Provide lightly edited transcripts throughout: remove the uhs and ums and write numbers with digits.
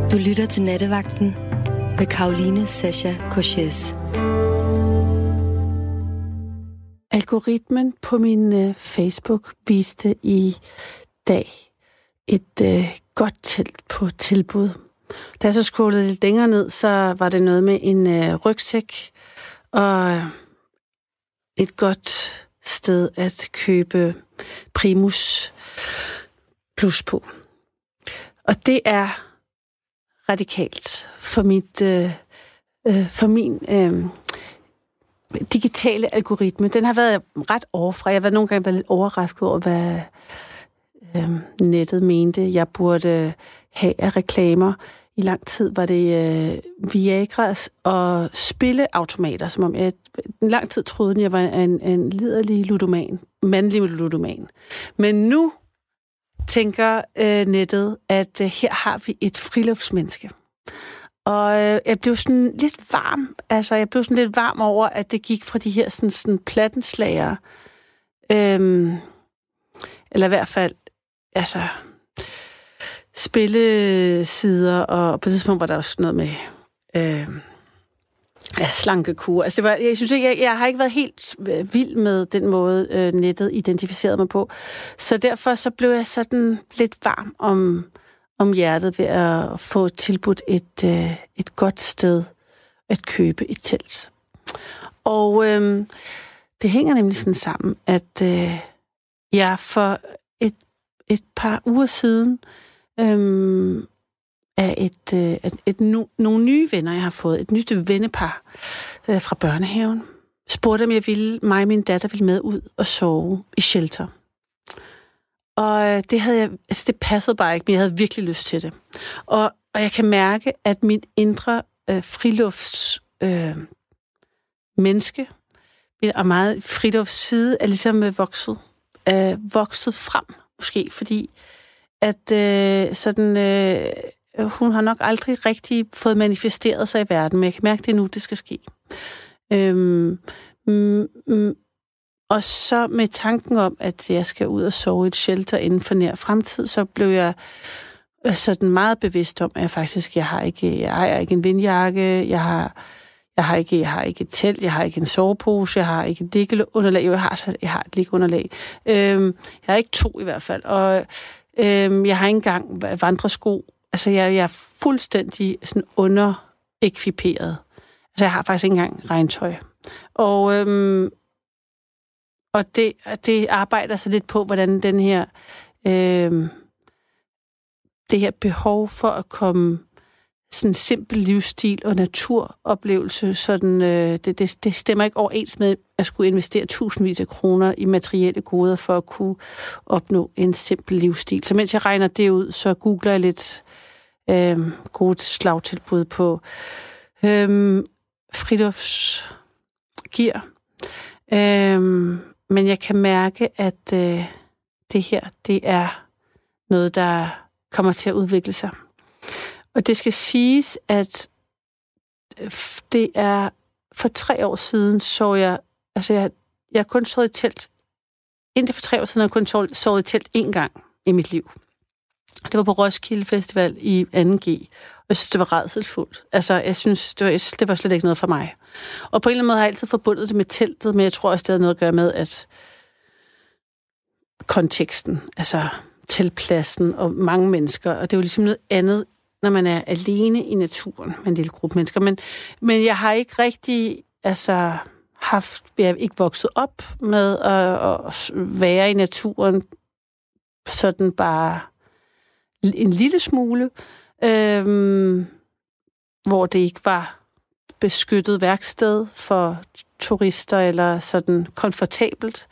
Du lytter til Nattevagten med Caroline Sascha Cortez. Algoritmen på min Facebook viste i dag et godt telt på tilbud. Da jeg så scrollede lidt længere ned, så var det noget med en rygsæk og et godt sted at købe Primus Plus på. Og det er radikalt for min digitale algoritme. Den har været ret overfra. Jeg har nogle gange været lidt overrasket over, hvad nettet mente, jeg burde have af reklamer. I lang tid var det Viagras og spilleautomater, som om jeg en lang tid troede, at jeg var en liderlig ludoman, mandlig ludoman. Men nu tænker nettet, at her har vi et friluftsmenneske. Og jeg blev sådan lidt varm. Altså, jeg blev sådan lidt varm over, at det gik fra de her sådan plattenslager. Eller i hvert fald, altså, spillesider, og på et tidspunkt var der også noget med slankekur. Altså, jeg synes ikke, jeg har ikke været helt vild med den måde, nettet identificerede mig på. Så derfor så blev jeg sådan lidt varm om hjertet ved at få tilbudt et godt sted at købe et telt. Og det hænger nemlig sådan sammen, at jeg for et par uger siden af nogle nye venner, jeg har fået, et nyt vennepar fra børnehaven, spurgte om mig og min datter ville med ud og sove i shelter. Og det passede bare ikke, men jeg havde virkelig lyst til det. Og jeg kan mærke, at mit indre frilufts menneske, og meget friluftsside, er ligesom vokset frem, måske, fordi at hun har nok aldrig rigtig fået manifesteret sig i verden, men jeg kan mærke, det er nu, det skal ske. Og så med tanken om, at jeg skal ud og sove i et shelter inden for nær fremtid, så blev jeg sådan meget bevidst om, at jeg har ikke en vindjakke, jeg har ikke et telt, jeg har ikke en sovepose, jeg har ikke et liggeunderlag. Jeg har et liggeunderlag. Jeg har ikke 2 i hvert fald, og jeg har ikke engang vandresko. Altså, jeg er fuldstændig sådan underekviperet. Altså, jeg har faktisk ikke engang regntøj. Og det arbejder så lidt på, hvordan den her det her behov for at komme sådan simpel livsstil og naturoplevelse, sådan det stemmer ikke overens med at skulle investere tusindvis af kroner i materielle goder for at kunne opnå en simpel livsstil. Så mens jeg regner det ud, så googler jeg lidt gode slagtilbud på friluftsgear. Men jeg kan mærke, at det her, det er noget, der kommer til at udvikle sig. Og det skal siges, at det er for 3 år siden, så jeg har kun sovet i telt. Indtil for 3 år siden har jeg kun sovet i telt 1 gang i mit liv. Det var på Roskilde Festival i 2G. Jeg synes, det var rædselsfuldt. Altså, jeg synes, det var slet ikke noget for mig. Og på en eller anden måde har jeg altid forbundet det med teltet, men jeg tror også, det havde noget at gøre med, at konteksten, altså teltpladsen og mange mennesker, og det er jo ligesom noget andet, når man er alene i naturen med en lille gruppe mennesker. Men jeg har ikke rigtig, jeg er ikke vokset op med at være i naturen sådan bare en lille smule, hvor det ikke var beskyttet værksted for turister eller sådan komfortabelt.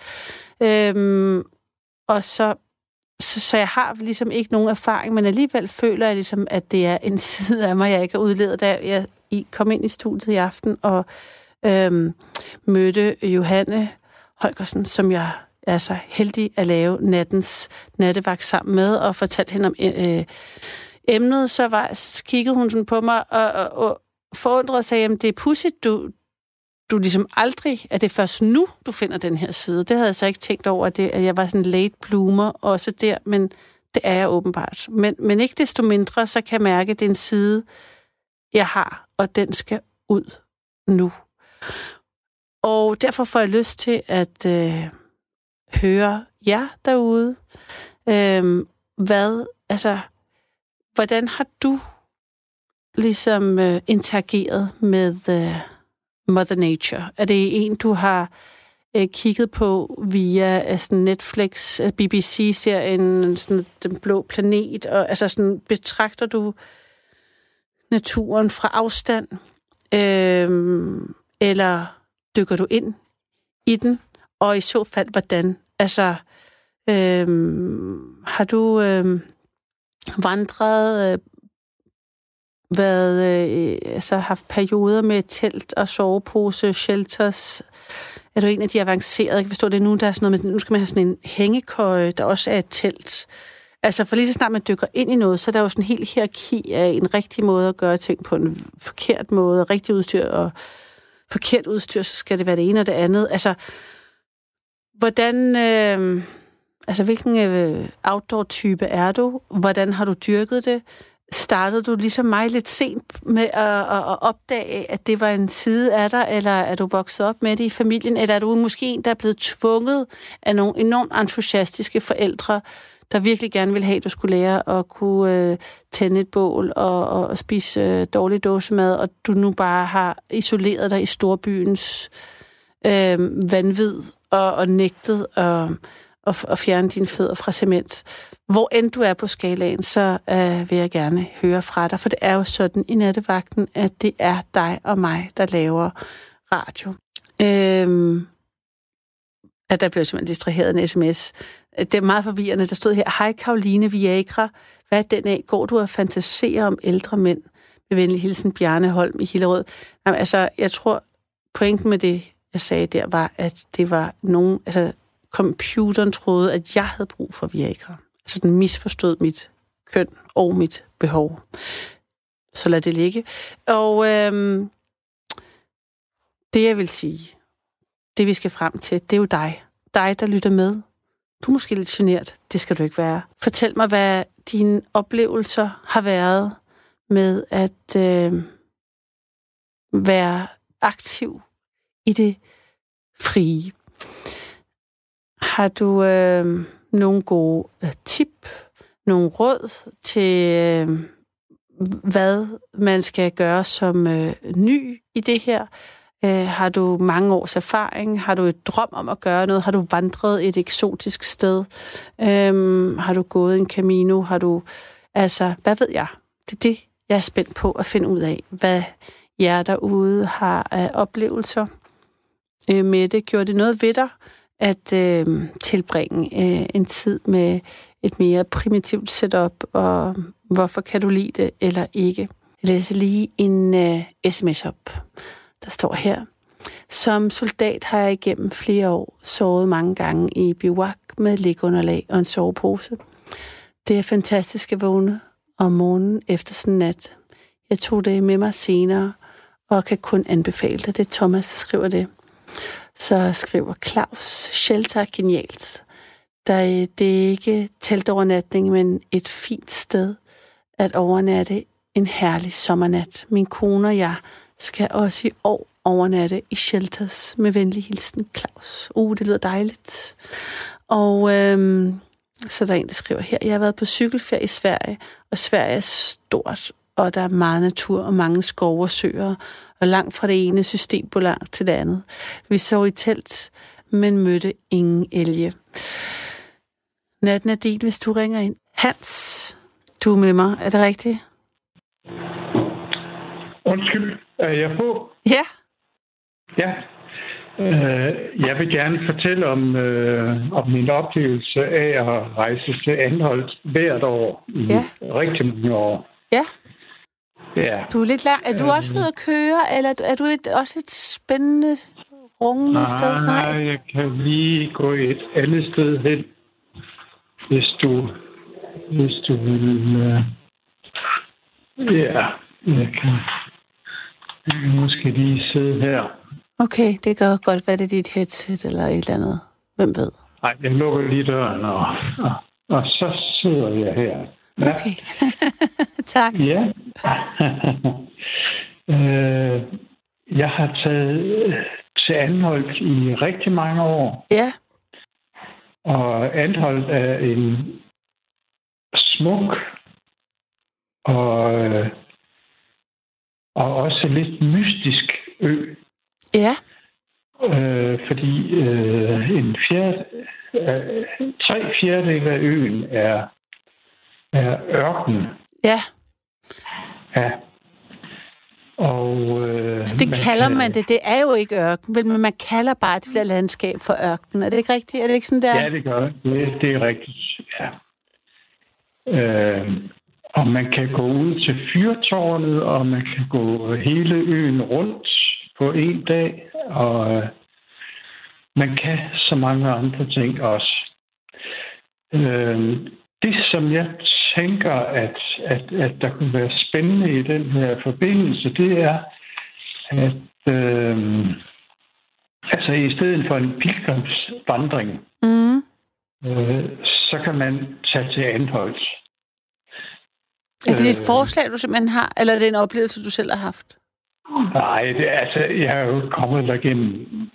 Og så jeg har ligesom ikke nogen erfaring, men alligevel føler jeg ligesom, at det er en side af mig, jeg ikke har udledet, da jeg kom ind i studiet i aften og mødte Johanne Holgersen, som jeg er så heldig at lave nattevagt sammen med, og fortalte hende om emnet, så kiggede hun sådan på mig og forundrede sig, at det er pudsigt, du ligesom aldrig, at det er først nu, du finder den her side. Det havde jeg så ikke tænkt over, at jeg var sådan late bloomer også der, men Det er jeg åbenbart. Men ikke desto mindre, så kan jeg mærke, at det er en side, jeg har, og den skal ud nu. Og derfor får jeg lyst til at høre jer derude. Hvordan har du ligesom interageret med Mother Nature? Er det en, du har kigget på via sådan Netflix, BBC-serien, sådan Den Blå Planet, og altså sådan, betragter du naturen fra afstand, eller dykker du ind i den, og i så fald, hvordan? Altså, har du vandret, haft perioder med telt og sovepose, shelters? Er du en af de avancerede? Jeg kan forstå, det er nu, der er sådan noget med, nu skal man have sådan en hængekøje, der også er et telt. Altså, for lige så snart man dykker ind i noget, så er der jo sådan en hel hierarki af en rigtig måde at gøre ting på en forkert måde, rigtig udstyr og forkert udstyr, så skal det være det ene og det andet. Altså, hvordan, hvilken outdoor-type er du? Hvordan har du dyrket det? Startede du ligesom mig lidt sent med at opdage, at det var en side af dig, eller er du vokset op med det i familien, eller er du måske en, der er blevet tvunget af nogle enormt entusiastiske forældre, der virkelig gerne ville have, at du skulle lære at kunne tænde et bål og spise dårlig dåsemad, og du nu bare har isoleret dig i storbyens vanvid og nægtet at fjerne dine fødder fra cement. Hvor end du er på skalaen, så vil jeg gerne høre fra dig, for det er jo sådan i nattevagten, at det er dig og mig, der laver radio. At der blev simpelthen distraheret en sms. Det er meget forvirrende. Der stod her, hej Caroline Viagra. Hvad er den af? Går du og fantaserer om ældre mænd? Med venlig hilsen Bjarne Holm i Hillerød. Jamen, altså, jeg tror, pointen med det, jeg sagde der, var, at det var nogen... Altså, computeren troede, at jeg havde brug for Viagra. Altså, den misforstod mit køn og mit behov. Så lad det ligge. Og det, jeg vil sige, det vi skal frem til, det er jo dig. Dig, der lytter med. Du er måske lidt genert. Det skal du ikke være. Fortæl mig, hvad dine oplevelser har været med at være aktiv i det frie. Har du nogle gode tip, nogle råd til, hvad man skal gøre som ny i det her? Har du mange års erfaring? Har du et drøm om at gøre noget? Har du vandret et eksotisk sted? Har du gået en Camino? Har du... Altså, hvad ved jeg? Det er det, jeg er spændt på at finde ud af. Hvad jer derude har af oplevelser med det. Gjorde det noget ved dig at tilbringe en tid med et mere primitivt setup, og hvorfor kan du lide det eller ikke? Jeg læser lige en sms op. Der står her: som soldat har jeg igennem flere år sovet mange gange i bivak med ligunderlag og en sovepose. Det er fantastisk at vågne om morgenen efter sådan en nat. Jeg tog det med mig senere og kan kun anbefale det. Det er Thomas, der skriver det. Så skriver Claus: shelter er genialt. Det er ikke teltovernatning, men et fint sted at overnatte en herlig sommernat. Min kone og jeg skal også i år overnatte i shelters. Med venlig hilsen, Claus. Det lyder dejligt. Og så der er en, der skriver her: jeg har været på cykelferie i Sverige, og Sverige er stort, og der er meget natur og mange skove og søer, og langt fra det ene systembolag til det andet. Vi sov i telt, men mødte ingen elge. Natten er din, hvis du ringer ind. Hans, du er med mig. Er det rigtigt? Undskyld, er jeg på? Ja. Ja. Jeg vil gerne fortælle om min oplevelse af at rejse til Anholt hvert år i rigtig mange år. Ja. Ja. Du er lidt langt. Er du også ude at køre, eller er du også et spændende, rungende sted? Nej, jeg kan lige gå et andet sted hen, hvis du vil. Ja, jeg kan måske lige sidde her. Okay, det kan godt være, det er dit headset eller et eller andet. Hvem ved? Nej, jeg lukker lige døren, og så sidder jeg her. Ja. Okay. Tak. Ja. Jeg har taget til Anholt i rigtig mange år. Ja. Og Anholt er en smuk og også lidt mystisk ø. Ja. Fordi 3/4 af øen er ørken. Ja. Ja. Og det kalder man det. Det er jo ikke ørken, men man kalder bare det der landskab for ørken. Er det ikke rigtigt? Er det ikke sådan der? Ja, det gør det. Det er rigtigt, ja. Og man kan gå ud til fyrtårnet, og man kan gå hele øen rundt på en dag, og man kan så mange andre ting også. Det, som jeg tænker, at der kunne være spændende i den her forbindelse, det er, at altså i stedet for en pilgrimsvandring, så kan man tage til Anholt. Er det et forslag, du simpelthen har, eller er det en oplevelse, du selv har haft? Nej, jeg er jo kommet der gennem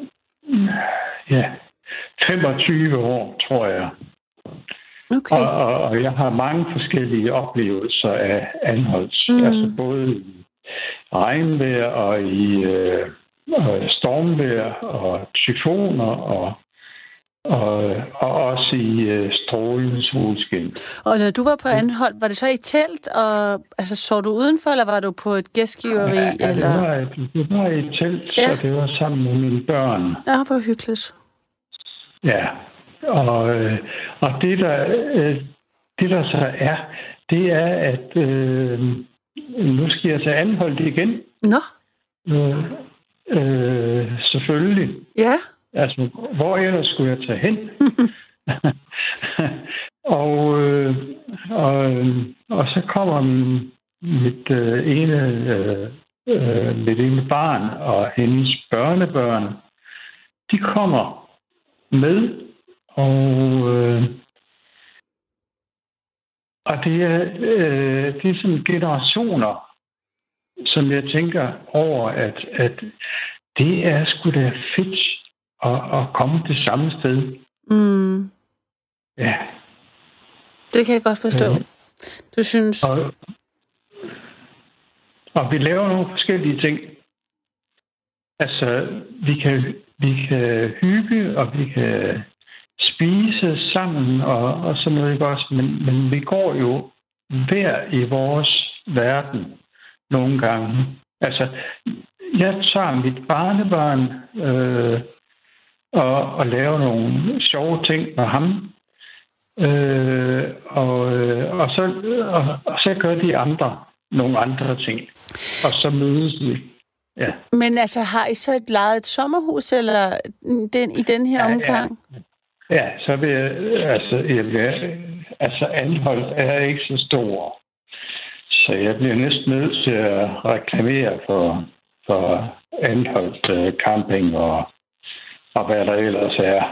25 år, tror jeg. Okay. Og jeg har mange forskellige oplevelser af Anholt. Altså både i regnvejr og i stormvejr og tyfoner og også i strålende solskin. Og når du var på Anholt, var det så i telt? Og, altså, så du udenfor, eller var du på et gæstgiveri? Ja, eller? Det var i et telt, og det var sammen med mine børn. Ja, hvor hyggeligt. Ja, og det der så er, det er, at nu skal jeg til Anholt igen. Nå. Selvfølgelig. Ja. Altså, hvor ellers skulle jeg tage hen? og så kommer mit ene barn og hendes børnebørn. De kommer med, og det er sådan generationer, som jeg tænker over, at det er sgu da fedt at komme det samme sted. Mm. Ja. Det kan jeg godt forstå. Du synes... Og vi laver nogle forskellige ting. Altså, vi kan hygge, og vi kan spise sammen, og sådan noget, ikke også? Men vi går jo hver i vores verden nogle gange. Altså, jeg tager mit barnebarn og laver nogle sjove ting med ham. Og så gør de andre nogle andre ting. Og så mødes vi. Ja. Men altså, har I så lejet et sommerhus, eller i den her omgang? Ja, så vil jeg... Anholt er ikke så stor. Så jeg bliver næsten nødt til at reklamere for Anholt camping og hvad der ellers er.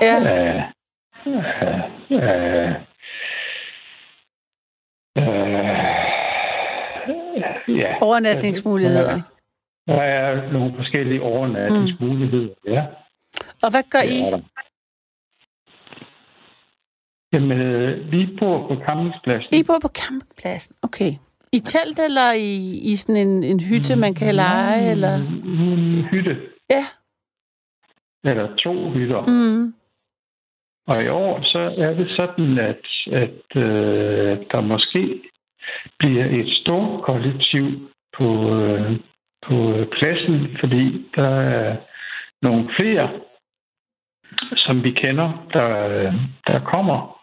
Ja. Overnatningsmuligheder. Der er nogle forskellige overnatningsmuligheder, ja. Og hvad gør I? Jamen, vi bor på campingpladsen. I bor på campingpladsen, okay. I telt eller i sådan en hytte, man kan leje, eller? En hytte. Ja. Eller 2 hytter. Mm. Og i år, så er det sådan, at der måske bliver et stort kollektiv på pladsen, fordi der er nogle flere, som vi kender, der kommer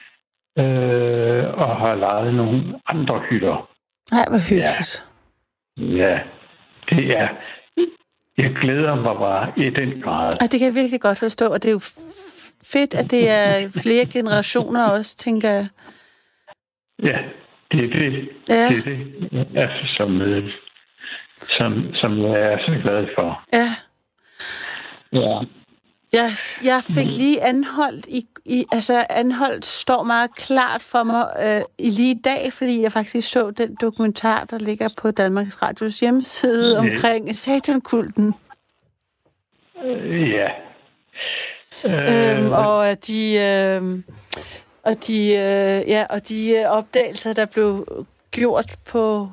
og har lejet nogle andre hytter. Nej, hvor hyggeligt. Ja, det er... Jeg glæder mig bare i den grad. Og det kan jeg virkelig godt forstå, og det er jo fedt, at det er flere generationer også, tænker jeg. Ja, det er det. Ja. Det er det, altså, som jeg er så glad for. Ja. Ja. Jeg fik lige Anholt Anholt står meget klart for mig lige i dag, fordi jeg faktisk så den dokumentar, der ligger på Danmarks Radios hjemmeside omkring satankulten. Ja. De opdagelser, der blev gjort på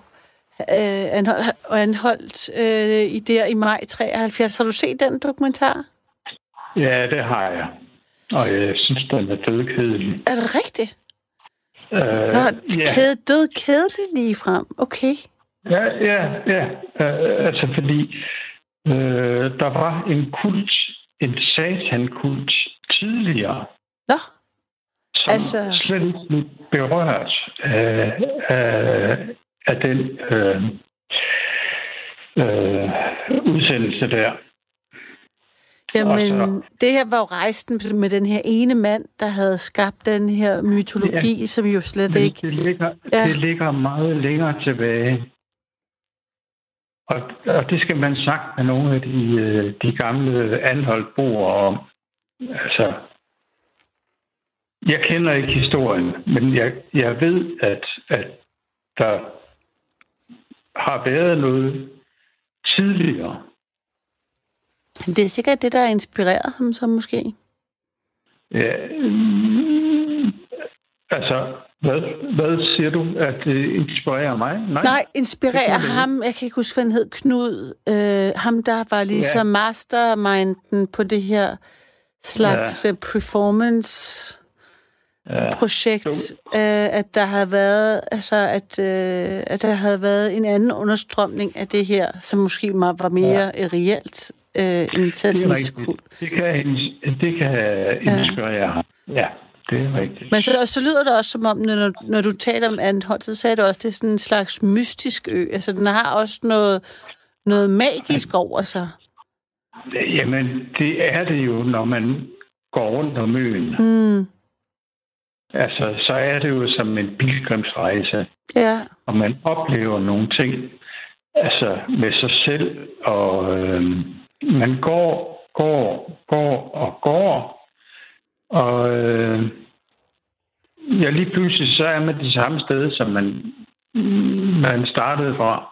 Anholt i maj 73. Har du set den dokumentar? Ja, det har jeg. Og jeg synes, den er dødkedelig. Er det rigtigt? Dødkedelig lige frem. Okay. Ja. Altså, fordi der var en satankult tidligere. Nå. Som slet ikke blev berørt af den udsendelse der. Jamen, det her var jo rejsen med den her ene mand, der havde skabt den her mytologi, som jo slet ikke... Det ligger meget længere tilbage. Og det skal man sagt med nogle af de gamle Anholt-boere om. Altså, jeg kender ikke historien, men jeg ved, at der har været noget tidligere. Det er sikkert det, der har inspireret ham så måske. Ja, altså, hvad siger du, at det inspirerer mig? Nej, inspirerer ham. Jeg kan ikke huske, hvad han hed, Knud. Ham, der var ligesom masterminden på det her slags performance projekt, at der havde været, at der havde været en anden understrømning af det her, som måske var mere reelt end satanistisk kult. Det kan inspirere ham. Ja, det er rigtigt. Men så lyder det også som om, når du taler om Anholt, så sagde du også, det er sådan en slags mystisk ø. Altså, den har også noget magisk over sig. Jamen, det er det jo, når man går rundt om øen. Altså, så er det jo som en pilgrimsrejse. Ja. Og man oplever nogle ting, altså med sig selv, og man går, og lige pludselig så er man det samme sted, som man startede fra.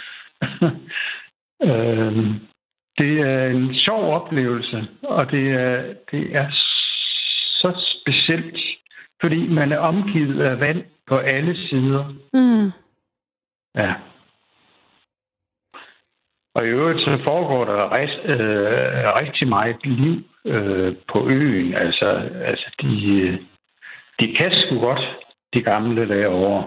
Det er en sjov oplevelse, og det er så specielt, fordi man er omgivet af vand på alle sider. Ja. Og i øvrigt så foregår der rigtig meget liv på øen. Altså de kan sgu godt, de gamle derovre.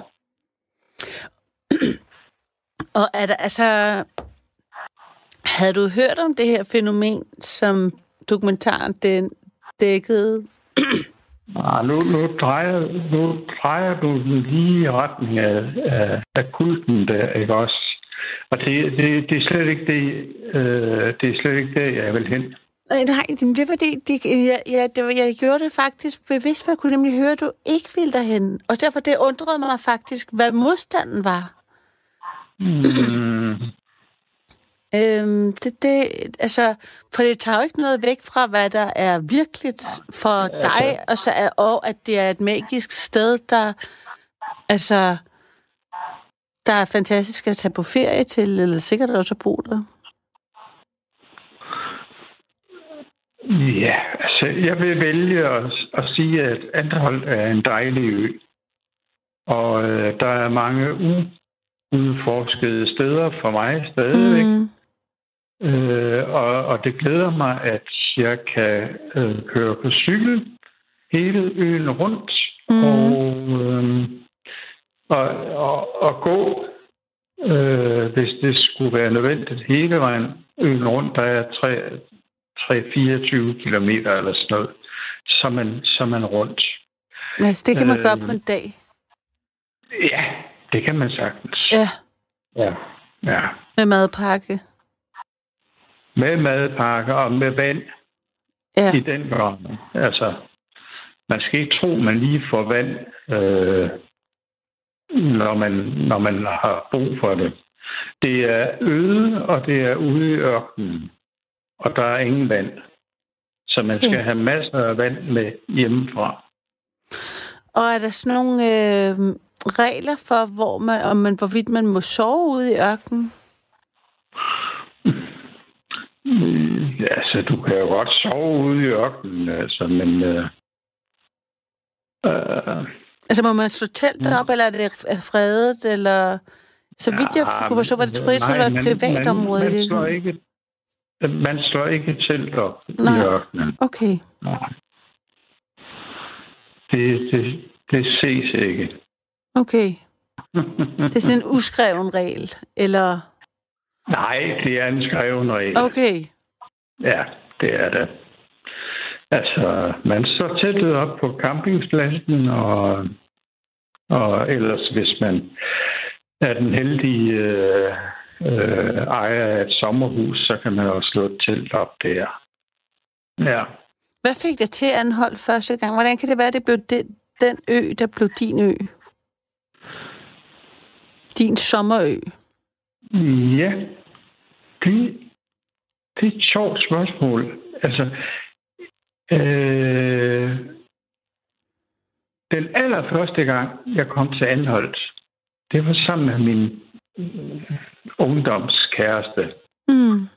Og er der, havde du hørt om det her fænomen, som dokumentaren den dækkede? Nu drejer du den lige i retning af kulten der, ikke også? Og det er slet ikke det, jeg vil hen. Nej, det var det. Jeg gjorde det faktisk bevidst, for jeg kunne nemlig høre, at du ikke ville derhen. Og derfor det undrede mig faktisk, hvad modstanden var. For det tager jo ikke noget væk fra, hvad der er virkeligt for dig, og at det er et magisk sted, der er fantastisk at tage på ferie til, eller sikkert også at bo der. Ja, altså jeg vil vælge at sige, at Anholt er en dejlig ø, og der er mange udforskede steder for mig stadigvæk. Og det glæder mig, at jeg kan køre på cykel hele øen rundt og gå, hvis det skulle være nødvendigt, hele vejen øen rundt. Der er 3-24 kilometer eller sådan noget, så man rundt. Altså, det kan man gøre på en dag. Ja, det kan man sagtens. Ja. Med madpakke. Med madpakke og med vand i den grad. Altså, man skal ikke tro, man lige får vand, når man har brug for det. Det er øde, og det er ude i ørkenen, og der er ingen vand. Så man skal have masser af vand med hjemmefra. Og er der sådan nogle regler for, hvorvidt man må sove ude i ørkenen? Ja, så du kan jo godt sove ude i ørkenen, altså, men... Altså, må man slå teltet op, eller er det fredet, eller... Så vidt jeg kunne så var det et privat område. Man slår ikke telt op i ørkenen. Okay. Nej. Det ses ikke. Okay. Det er sådan en uskreven regel, eller... Nej, det er en skreven regel. Okay. Ja, det er det. Altså, man står teltet op på campingpladsen, og ellers, hvis man er den heldige ejer af et sommerhus, så kan man også slå et telt op der. Ja. Hvad fik dig til Anholt første gang? Hvordan kan det være, at det blev den ø, der blev din ø? Din sommerø? Ja, det er et sjovt spørgsmål. Altså, den allerførste gang, jeg kom til Anholt, det var sammen med min ungdomskæreste. Mm.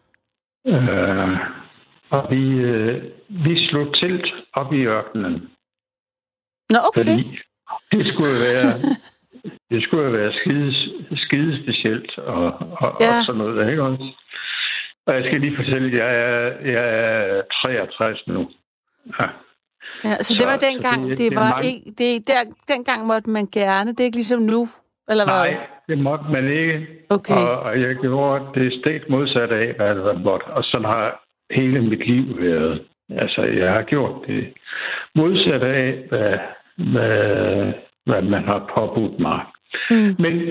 Og vi slog telt op i ørkenen. Nå, okay. Fordi det skulle jo være skide specielt og sådan noget, ikke også? Og jeg skal lige fortælle, at jeg er 63 nu. Ja, så det var dengang, dengang måtte man gerne, det er ikke ligesom nu, eller hvad? Nej, det måtte man ikke. Okay. Og jeg gjorde det stik modsat af, hvad det måtte. Og sådan har hele mit liv været. Altså, jeg har gjort det modsat af, hvad man har påbudt mig. Mm. Men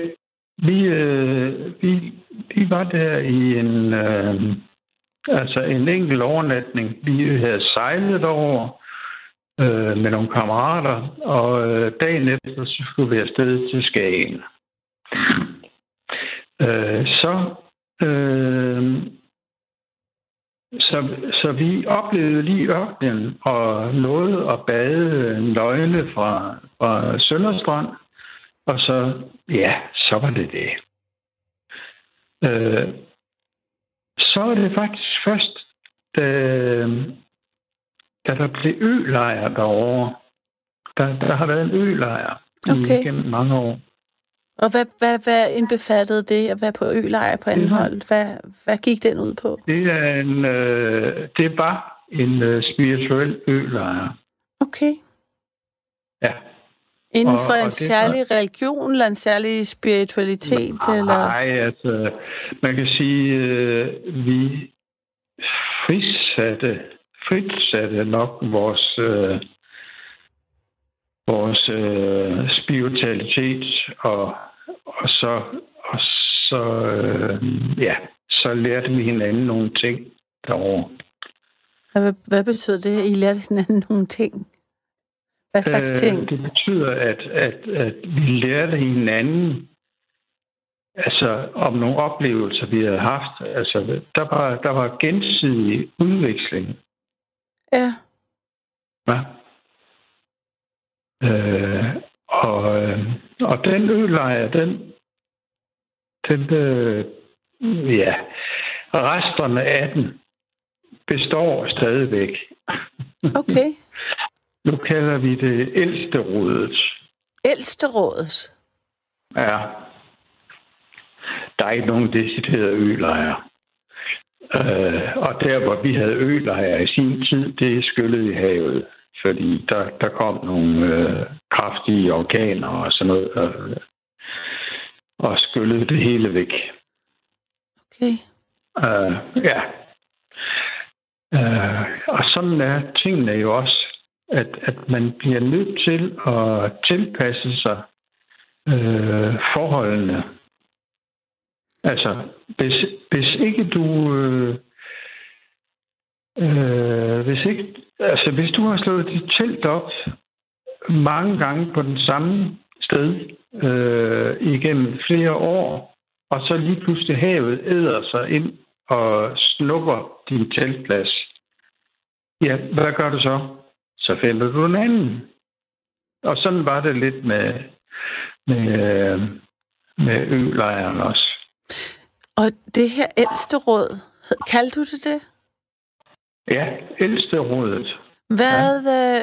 vi var der i en enkelt overnatning. Vi havde sejlet over med nogle kammerater, og dagen efter så skulle vi afsted til Skagen. Så vi oplevede lige ørkenen og nåede at bade nøgne fra Sønderstrand, og så var det det. Så var det faktisk først, da der blev ølejr derovre. Der har været en ølejr gennem mange år. Og hvad indbefattede det at være på ølejr på Anholt? Hvad gik den ud på? Det var en spirituel ølejr. Okay. Ja. Inden for en særlig religion eller en særlig spiritualitet? Nej, altså, man kan sige, vi fritsatte nok vores spiritualitet, og så lærte vi hinanden nogle ting derovre. Hvad betyder det, at I lærte hinanden nogle ting? Hvad slags ting? Det betyder, at vi lærte hinanden om nogle oplevelser, vi havde haft. Altså, der var gensidig udveksling. Ja. Ja. Og den ølejr, resterne af den består stadigvæk. Okay. Nu kalder vi det Ældsterådet. Ældsterådet? Ja. Der er ikke nogen deciderede ølejre. Og der, hvor vi havde ølejre i sin tid, det skyllede i havet. Fordi der kom nogle kraftige orkaner og sådan noget, og skyllede det hele væk. Okay. Og sådan er tingene jo også, at man bliver nødt til at tilpasse sig forholdene. Altså, hvis ikke du... hvis du har slået dit telt op mange gange på den samme sted igennem flere år, og så lige pludselig havet æder sig ind og snupper din teltplads, Ja, hvad gør du så? Så finder du en anden. Og sådan var det lidt med ølejren også. Og det her ældste råd, kaldte du det? Ja, ældste rådet. Hvad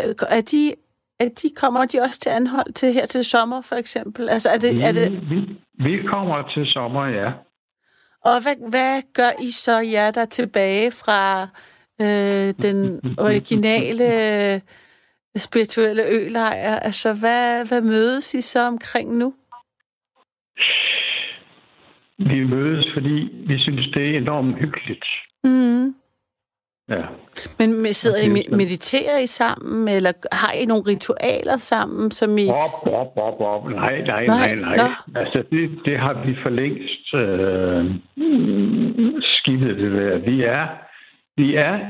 kommer de også til Anholt til her til sommer, for eksempel? Altså, er det... Vi kommer til sommer, ja. Og hvad gør I så, jer der er tilbage fra den originale spirituelle ølejr? Altså, hvad mødes I så omkring nu? Vi mødes, fordi vi synes, det er enormt hyggeligt. Mm. Ja. Men sidder I mediterer I sammen, eller har I nogle ritualer sammen, som I... Nej. Nå. Altså, det har vi for længst skibet det der. Vi er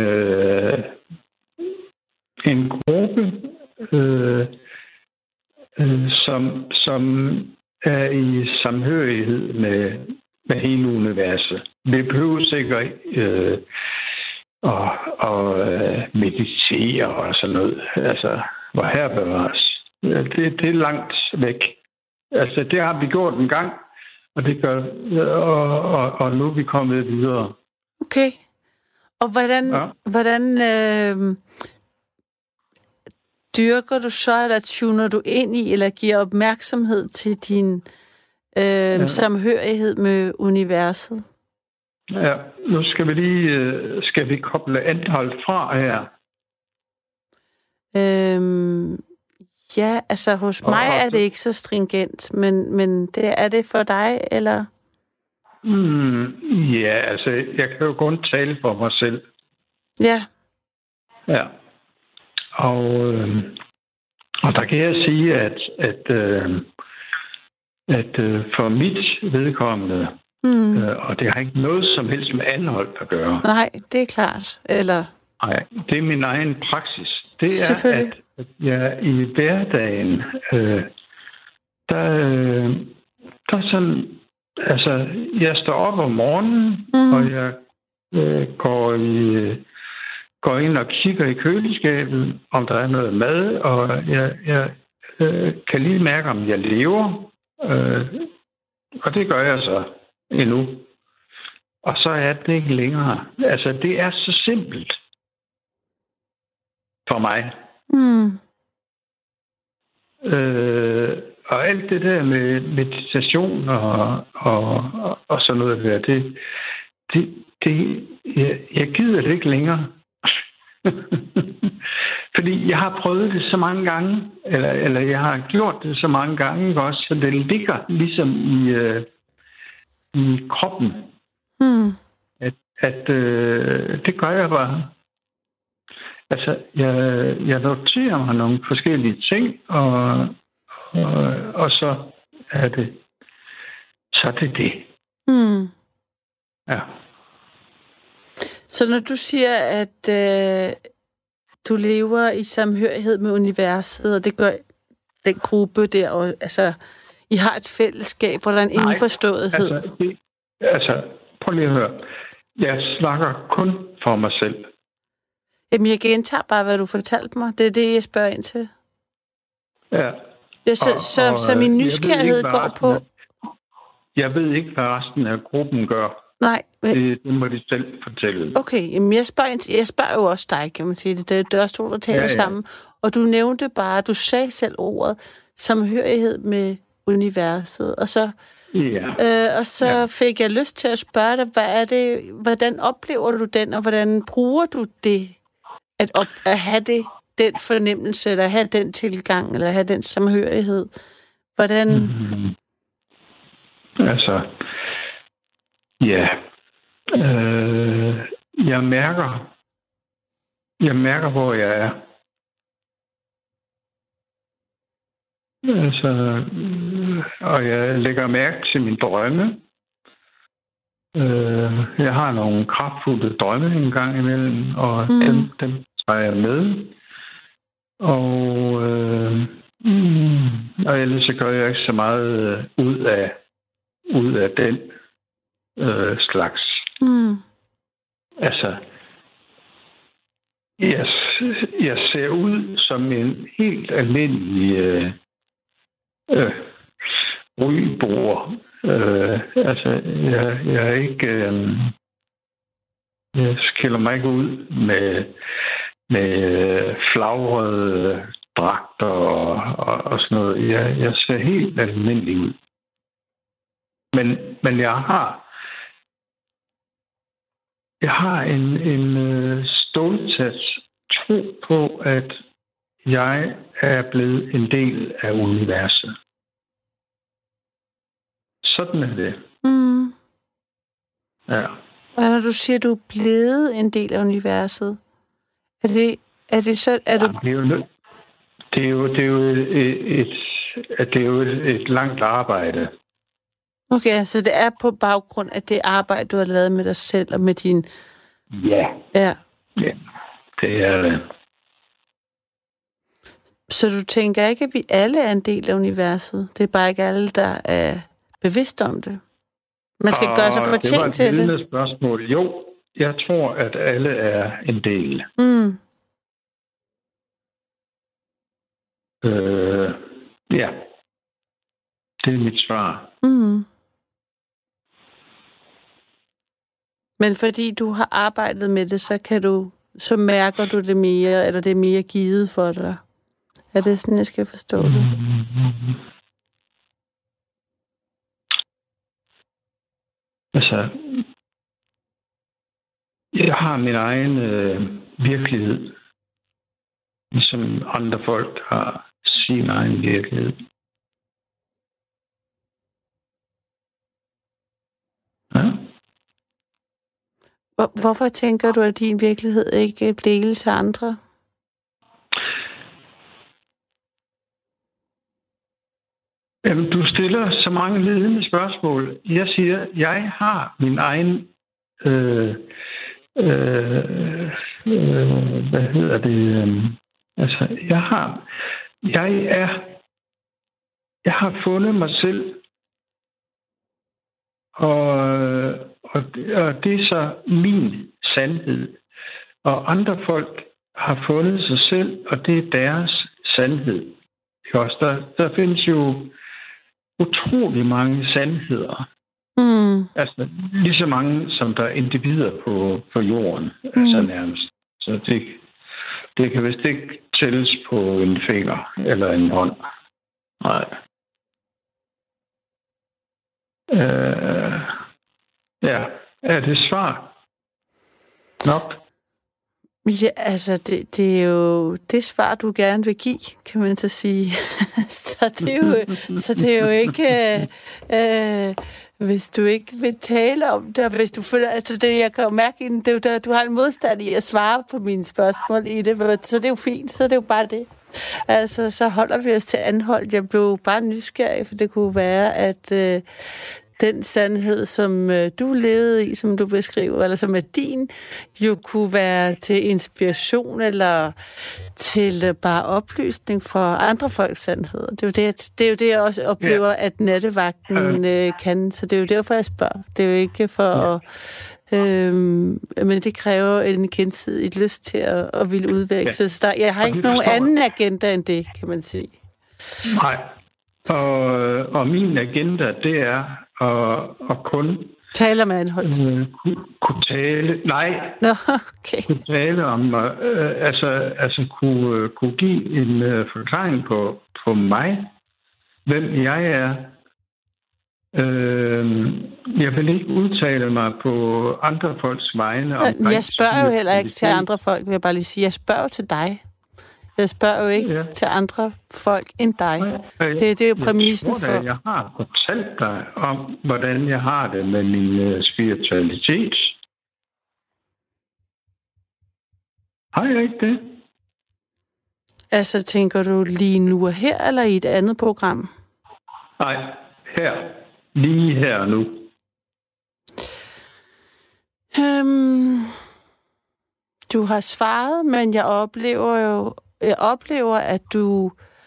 en gruppe, som er i samhørighed med hele universet. Vi behøver sikkert og meditere og sådan noget. Altså, hvor her bevares. Det er langt væk. Altså, det har vi gjort en gang, og det gør, og nu er vi kommet videre. Okay. Og hvordan dyrker du så, eller tuner du ind i, eller giver opmærksomhed til din samhørighed med universet? Ja, nu skal vi koble Anholt fra her. Ja, altså hos mig er det ikke så stringent, men det er det for dig, eller? Ja, altså jeg kan jo kun tale for mig selv. Ja. Ja. Og der kan jeg sige, at for mit vedkommende, og det har ikke noget som helst med Anholt at gøre. Nej, det er klart. Eller? Nej, det er min egen praksis. Det er, at jeg i hverdagen, der sådan, altså, jeg står op om morgenen, og jeg går ind og kigger i køleskabet, om der er noget mad, og jeg kan lige mærke, om jeg lever. Og det gør jeg så endnu. Og så er det ikke længere. Altså, det er så simpelt for mig. Og alt det der med meditation og sådan noget der, jeg gider det ikke længere. Fordi jeg har prøvet det så mange gange, eller jeg har gjort det så mange gange også, så det ligger ligesom i kroppen. At det gør jeg bare. Altså, jeg noterer mig nogle forskellige ting, og så er det det. Ja. Så når du siger, at du lever i samhørighed med universet, og det gør den gruppe der, og altså, I har et fællesskab, hvor der er en indforståethed. Altså, prøv lige at høre. Jeg snakker kun for mig selv. Jamen, jeg gentager bare, hvad du fortalte mig. Det er det, jeg spørger ind til. Ja. Så min nysgerrighed går på... Jeg ved ikke, hvad resten af gruppen gør. Nej. Men... Det må de selv fortælle. Okay, jamen jeg spørger jo også dig, kan man sige. Det er også to, der taler sammen. Og du nævnte bare, du sagde selv ordet, samhørighed med universet. Og så fik jeg lyst til at spørge dig, hvordan oplever du den, og hvordan bruger du det, at have den fornemmelse, eller have den tilgang, eller have den samhørighed? Hvordan... Altså, ja, jeg mærker, hvor jeg er. Altså, og jeg lægger mærke til mine drømme. Jeg har nogle kraftfulde drømme en gang imellem, og dem tager jeg med. Og ellers så gør jeg ikke så meget ud af den slags. Altså, jeg ser ud som en helt almindelig rygebruger. Altså, jeg er ikke... jeg skiller mig ikke ud med flagrede dragter og sådan noget. Jeg ser helt almindelig ud. Men jeg har en stålsats tro på, at jeg er blevet en del af universet. Sådan er det. Mm. Ja. Og når du siger, at du er blevet en del af universet, er det så... Det er jo et langt arbejde. Okay, så det er på baggrund af det arbejde, du har lavet med dig selv og med din... Ja. Ja. Ja, det er det. Så du tænker ikke, at vi alle er en del af universet? Det er bare ikke alle, der er bevidst om det? Man skal gøre sig fortjent til det. Det var et spørgsmål. Jo, jeg tror, at alle er en del. Mm. Ja. Det er mit svar. Mm. Men fordi du har arbejdet med det, så mærker du det mere, eller det er mere givet for dig. Er det sådan, jeg skal forstå det? Mm. Altså, jeg har min egen virkelighed, ligesom andre folk har sin egen virkelighed. Ja. Hvorfor tænker du, at din virkelighed ikke deles til andre? Jamen, du stiller så mange ledende spørgsmål. Jeg siger, jeg har min egen... hvad hedder det? Altså, jeg har fundet mig selv, og det er så min sandhed. Og andre folk har fundet sig selv, og det er deres sandhed. Der findes jo utrolig mange sandheder. Mm. Altså lige så mange, som der er individer på jorden. Altså nærmest. Så det kan vist ikke tælles på en finger eller en hånd. Nej. Ja, er det svar nok? Ja, altså, det er jo det svar, du gerne vil give, kan man så sige. så det er jo ikke... hvis du ikke vil tale om det, og hvis du føler... Altså, det, jeg kan jo mærke, det er jo der, du har en modstand i at svare på mine spørgsmål i det, så det er jo fint, så det er jo bare det. Altså, så holder vi os til anholdt. Jeg blev bare nysgerrig, for det kunne være, at... den sandhed, som du levede i, som du beskriver, eller som er din, jo kunne være til inspiration eller til bare oplysning for andre folks sandheder. Det er jo det, jeg også oplever, at nattevagten kan. Så det er jo derfor, jeg spørger. Det er jo ikke for at... men det kræver en gensidig lyst til at ville udveksle. Så jeg har ikke nogen anden agenda end det, kan man sige. Nej. Og min agenda, det er at kun... Taler med Anholdt? Kunne tale... Nej. Nå, okay. Kunne tale om... kunne give en forklaring på mig, hvem jeg er. Jeg vil ikke udtale mig på andre folks vegne. Jeg spørger jo heller ikke til andre folk, vil jeg bare lige sige. Jeg spørger til dig. Jeg spørger jo ikke til andre folk end dig. Det er jo præmissen for... Jeg har fortalt dig om, hvordan jeg har det med min spiritualitet. Har jeg ikke det? Altså, tænker du lige nu og her, eller i et andet program? Nej, her. Lige her og nu. Du har svaret, men jeg oplever, at du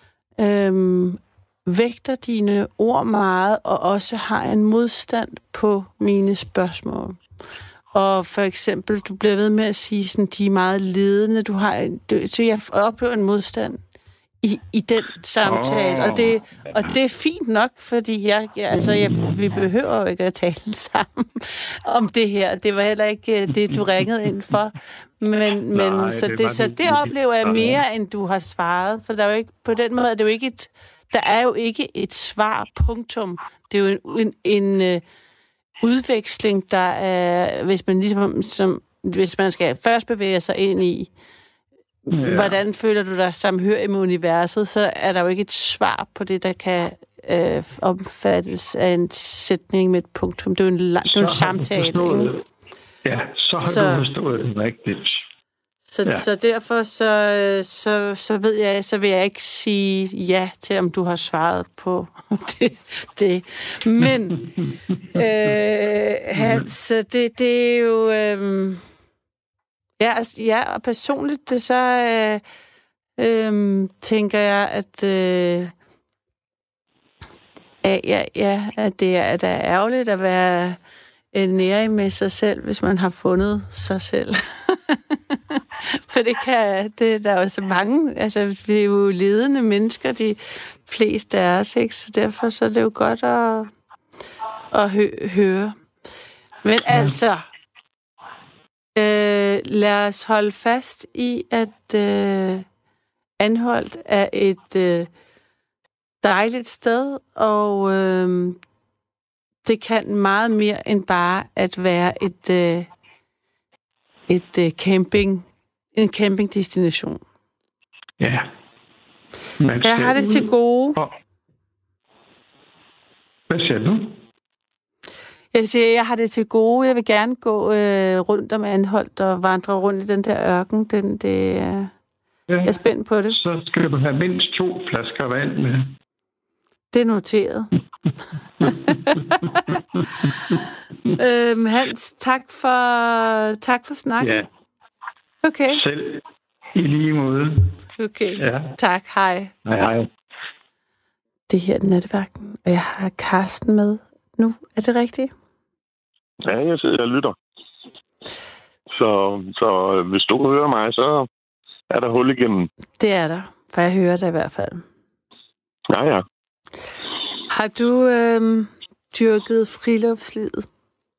vægter dine ord meget, og også har en modstand på mine spørgsmål. Og for eksempel, du bliver ved med at sige, sådan, de er meget ledende. Så jeg oplever en modstand i den samtale. Og det er fint nok, fordi vi behøver jo ikke at tale sammen om det her. Det var heller ikke det, du ringede ind for. Men så det oplever jeg mere, end du har svaret. For der er jo ikke, på den måde er det jo ikke der er jo ikke et svar, punktum. Det er jo en udveksling, der er, hvis man skal først bevæge sig ind i, hvordan føler du dig samhørig med universet, så er der jo ikke et svar på det, der kan omfattes af en sætning med et punktum. Det er jo en samtale. Ja, så har du forstået det rigtigt. Så derfor så ved jeg, så vil jeg ikke sige ja til, om du har svaret på det. Men det er jo og personligt så tænker jeg, at at det er da ærgerligt at være nærig med sig selv, hvis man har fundet sig selv. For der er jo så mange, altså vi er jo ledende mennesker, de fleste af os, ikke? Så derfor så er det jo godt at høre. Men altså, lad os holde fast i, at Anholt er et dejligt sted, og det kan meget mere end bare at være en campingdestination. Ja. Jeg har det til gode. Hvad siger du? Jeg har det til gode. Jeg vil gerne gå rundt om Anholt og vandre rundt i den der ørken. Jeg er spændt på det. Så skal du have mindst 2 flasker vand med. Det er noteret. Hans, tak for snakken. Ja. Okay. Selv i lige måde. Okay. Ja. Tak. Hej. Hej. Det her er Nattevagten, og jeg har Karsten med nu. Er det rigtigt? Ja, jeg sidder og lytter. Så hvis du hører mig, så er der hul igennem. Det er der, for jeg hører det i hvert fald. Ja. Har du dyrket friluftslivet?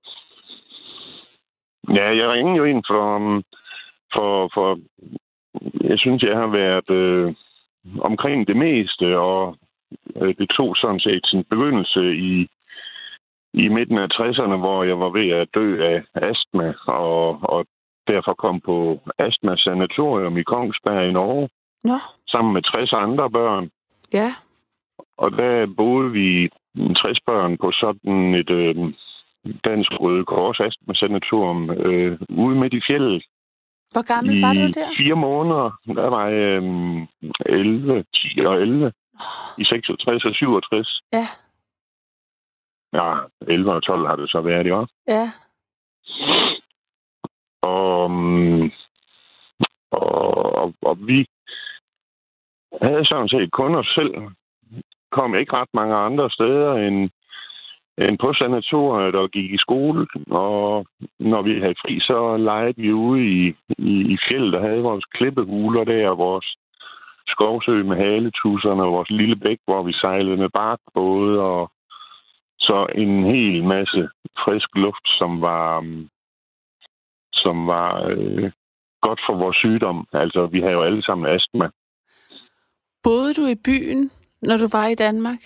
Ja, jeg ringer jo ind for jeg synes, jeg har været omkring det meste, og det tog sådan set sin begyndelse i midten af 60'erne, hvor jeg var ved at dø af astma, og derfor kom på astma-sanatorium i Kongsberg i Norge, sammen med 60 andre børn. Ja. Og der boede vi 60 børn på sådan et Dansk Røde Kors astma-sanatorium ude midt i fjeldet. Hvor gammel var du der? 4 måneder. Der var jeg 11, 10 og 11. I 66 og 67. Ja. Ja, 11 og 12 har det så været, ja. Ja. Og vi havde sådan set kun os selv. Kom ikke ret mange andre steder end på sanatoriet og gik i skole. Og når vi havde fri, så legede vi ude i fjeldet, der havde vores klippehuler der, og vores skovsø med haletusserne og vores lille bæk, hvor vi sejlede med barkbåde, og så en hel masse frisk luft, som var godt for vores sygdom. Altså, vi havde jo alle sammen astma. Boede du i byen, når du var i Danmark?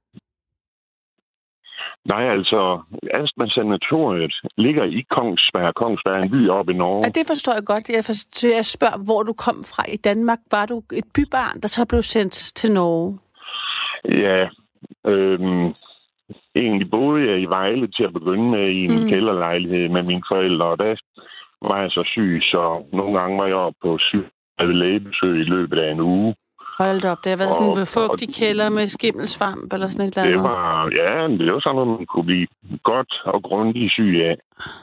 Nej, altså, astma-sanatoriet ligger i Kongsberg. Kongsberg er en by oppe i Norge. Ja, det forstår jeg godt. Jeg spørger, hvor du kom fra i Danmark. Var du et bybarn, der så blev sendt til Norge? Ja, egentlig boede jeg i Vejle til at begynde med i en kælderlejlighed med mine forældre, og der var jeg så syg, så nogle gange var jeg oppe på lægebesøg i løbet af en uge. Hold op, det har været sådan en fugtig kælder med skimmelsvamp eller sådan et eller andet. Det var sådan noget, man kunne blive godt og grundigt syg af.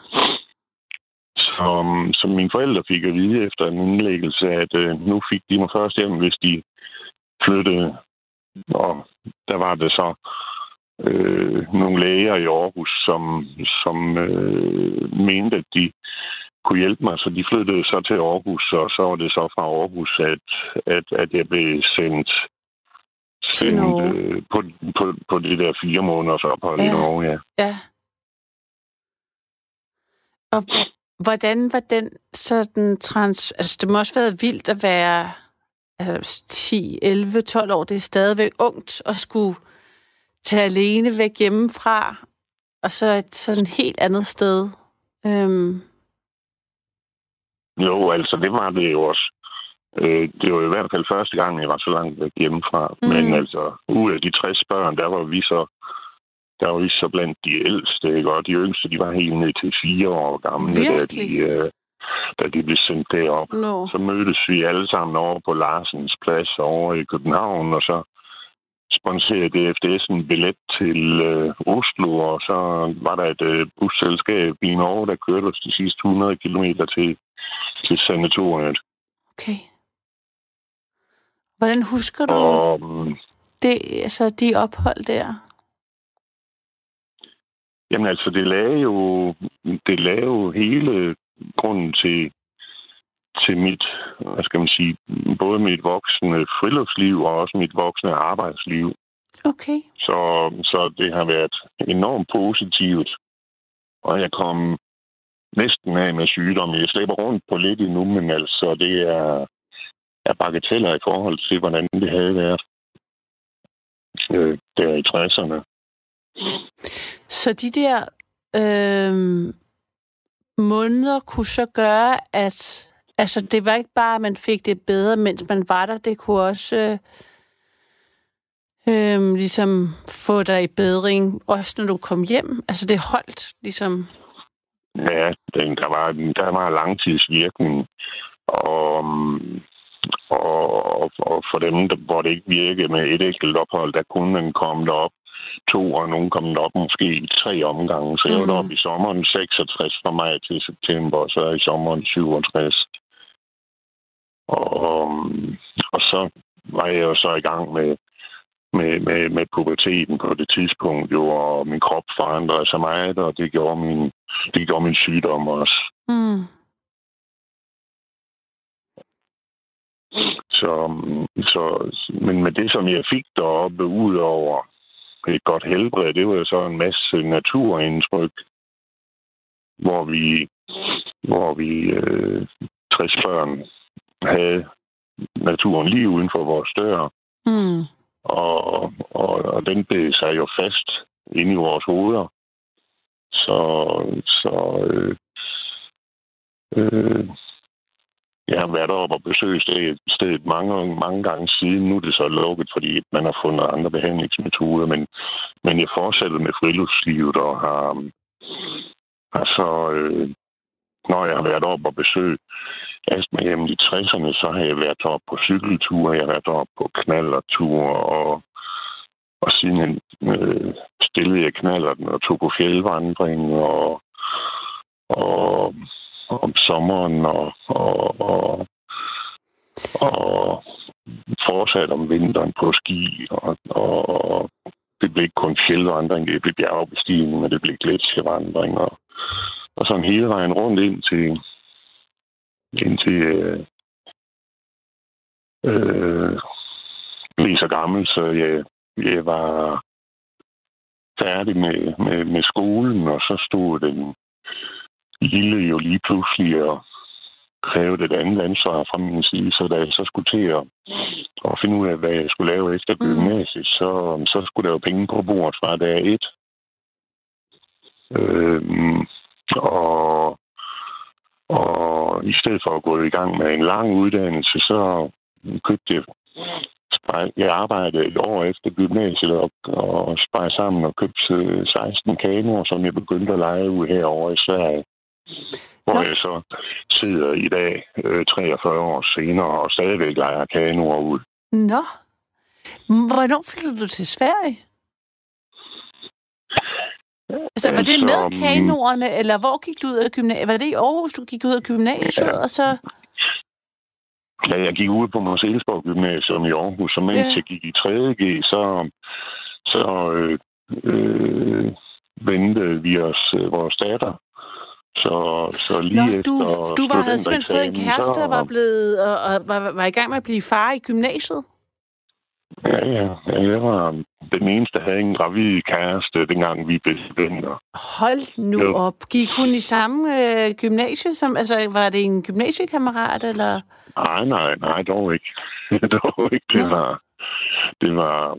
Så mine forældre fik at vide efter en indlæggelse, at nu fik de mig først hjem, hvis de flyttede. Og der var det så nogle læger i Aarhus, som mente, at de kunne hjælpe mig. Så de flyttede så til Aarhus, og så var det så fra Aarhus, at jeg blev sendt på det der 4 måneders ophold i Norge, ja. Ja. Og hvordan var den sådan altså, det må også være vildt at være 10, 11, 12 år. Det er stadigvæk ungt at skulle tage alene væk hjemmefra, og så et sådan helt andet sted. Jo, altså det var det jo også. Det var i hvert fald første gang, jeg var så langt væk hjemmefra. Men altså, ud af de 60 børn, der var vi så blandt de ældste, ikke? Og de yngste, de var helt ned til 4 år gamle, da de blev sendt derop. No. Så mødtes vi alle sammen over på Larsens Plads over i København, og så sponserede DFDS en billet til Oslo, og så var der et busselskab i Norge, der kørte os de sidste 100 kilometer til sanatoriet. Okay. Hvordan husker du det, altså de ophold der? Jamen altså, det lagde jo hele grunden til mit, hvad skal man sige, både mit voksne friluftsliv og også mit voksne arbejdsliv. Okay. Så det har været enormt positivt. Og jeg kom næsten af med sygdom. Jeg slæber rundt på lidt endnu, men altså, det er bagateller i forhold til, hvordan det havde været der i 60'erne. Så de der måneder kunne så gøre, at altså, det var ikke bare, at man fik det bedre, mens man var der. Det kunne også ligesom få dig i bedring, også når du kom hjem. Altså, det holdt ligesom. Ja, der var langtidsvirkning. Og for dem, hvor det ikke virkede med et enkelt ophold, der kunne man komme derop 2, og nogen kom derop måske i 3 omgange. Så jeg var deroppe i sommeren 66 fra maj til september, og så i sommeren 67. Og så var jeg jo så i gang med puberteten på det tidspunkt, jo, og min krop forandrede sig meget, og det gjorde min sygdom også. Men med det, som jeg fik deroppe, ud over et godt helbred, det var jo så en masse naturindtryk, hvor vi 60 børn havde naturen lige uden for vores dør. Og den blev sig jo fast inde i vores hoveder. Jeg har været oppe og besøgt stedet mange gange siden. Nu er det så lukket, fordi man har fundet andre behandlingsmetoder. Men jeg fortsætter med friluftslivet og har så, når jeg har været oppe og besøgt astmahjemmet i 60'erne, så har jeg været oppe på cykelture, jeg har været oppe på knallerture, og siden stillede jeg knallerten og tog på fjeldvandring, og om sommeren og fortsat om vinteren på ski, og det blev ikke kun fjeldvandring, det blev bjergbestigning, men det blev gletsjervandring, og sådan hele vejen rundt indtil blev så gammel, så jeg var færdig med skolen, og så stod den lille jo lige pludselig og krævede et andet ansvar fra min side, så da jeg så skulle til at finde ud af, hvad jeg skulle lave efter gymnasiet, så skulle der jo penge på bordet fra dag 1. Og i stedet for at gå i gang med en lang uddannelse, så købte jeg arbejdede et år efter gymnasiet og sparede sammen og købte 16 kanoer, som jeg begyndte at lege ud herovre i Sverige. Hvor jeg så sidder i dag, 43 år senere, og stadigvæk leger kanoer ud. Nå. Hvornår flyttede du til Sverige? Altså, var det med kanoerne, eller hvor gik du ud af gymnasiet? Var det i Aarhus, du gik ud af gymnasiet, og så? Ja, jeg gik ud på Marselisborg Gymnasium i Aarhus, og mens jeg gik i 3.G, så vi os vores datter. Så lige efter du havde simpelthen fået en kæreste og var blevet var i gang med at blive far i gymnasiet? Ja. Jeg var den eneste, der havde en gravid kæreste, dengang vi blev venner. Hold nu op. Gik hun i samme gymnasie som... Altså, var det en gymnasiekammerat, eller... Nej, dog ikke. Dog ikke. Det var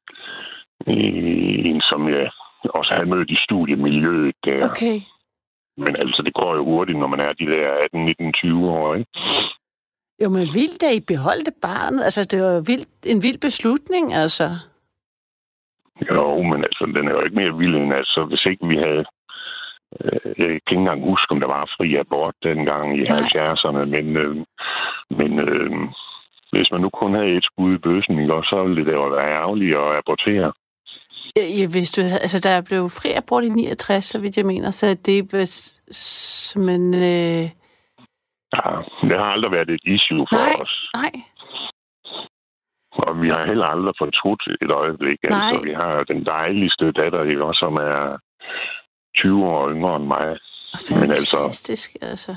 en, som jeg også havde mødt i studiemiljøet der. Okay. Men altså, det går jo hurtigt, når man er de der 18, 19, 20 år, ikke? Jo, men vildt, at I beholdte barnet. Altså, det var en vild beslutning, altså. Jo, men altså, den er jo ikke mere vild end, altså, hvis ikke vi havde... jeg kan ikke engang huske, om der var fri abort dengang i 70'erne, men hvis man nu kun havde et skud i bøssen, ikke, så ville det jo være ærgerligt at abortere. Hvis du havde, altså, der blev fri abort i 69, så vidt jeg mener, så det som en... Ja, det har aldrig været et issue for os. Nej. Og vi har heller aldrig fortrudt et øjeblik. Altså, vi har den dejligste datter, ikke, også, som er 20 år yngre end mig. Fantastisk, men altså.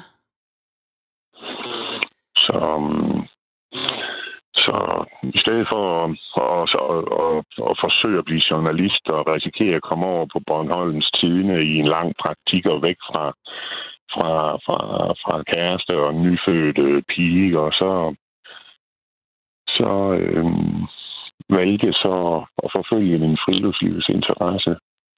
Så i stedet for at forsøge at blive journalist og risikere at komme over på Bornholms Tidende i en lang praktik og væk fra kæreste og en nyfødt pige, og så valgte jeg så at forfølge min friluftslivsinteresse.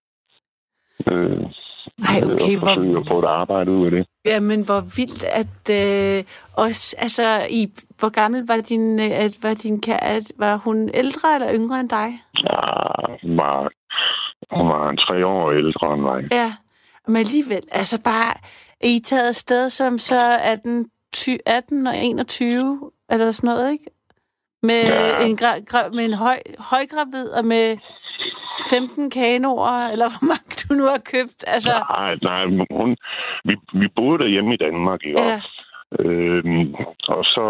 Okay, og forsøge at få et arbejde ud af det. Ja, men hvor vildt, at også, altså, hvor gammel var din kæreste? Var hun ældre eller yngre end dig? Ja, hun var 3 år ældre end mig. Ja, men alligevel, altså bare, er I taget afsted som så 18 og 21, eller sådan noget, ikke? Med en højgravid og med 15 kanoer, eller hvor mange du nu har købt? Altså... Nej, vi boede derhjemme i Danmark, ikke? Ja. Og så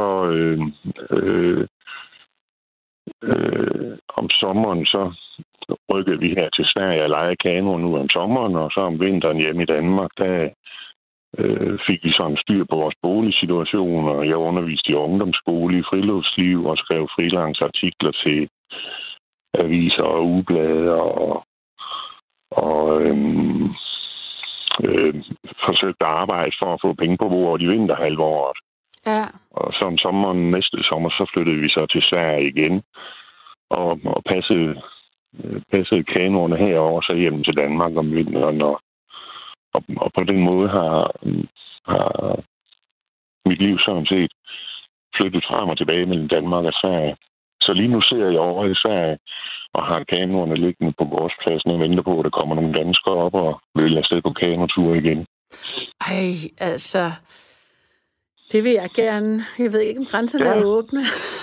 om sommeren, så rykkede vi her til Sverige og lejede kanoer nu om sommeren, og så om vinteren hjemme i Danmark, der fik vi sådan styr på vores boligsituation, og jeg underviste i ungdomsskole i friluftsliv og skrev freelance-artikler til aviser og ugeblade og forsøgte at arbejde for at få penge på bordet i vinterhalvåret. Ja. Og så om sommeren, næste sommer, så flyttede vi så til Sverige igen og passede kanoerne herover så hjem til Danmark om vinteren. Og på den måde har mit liv sådan set flyttet frem og tilbage mellem Danmark og Sverige. Så lige nu sidder jeg over i Sverige og har kanoerne liggende på gårdspladsen og venter på, at der kommer nogle danskere op og vil afsted på kanotur igen. Ej, altså... Det vil jeg gerne. Jeg ved ikke, om grænserne er åbne.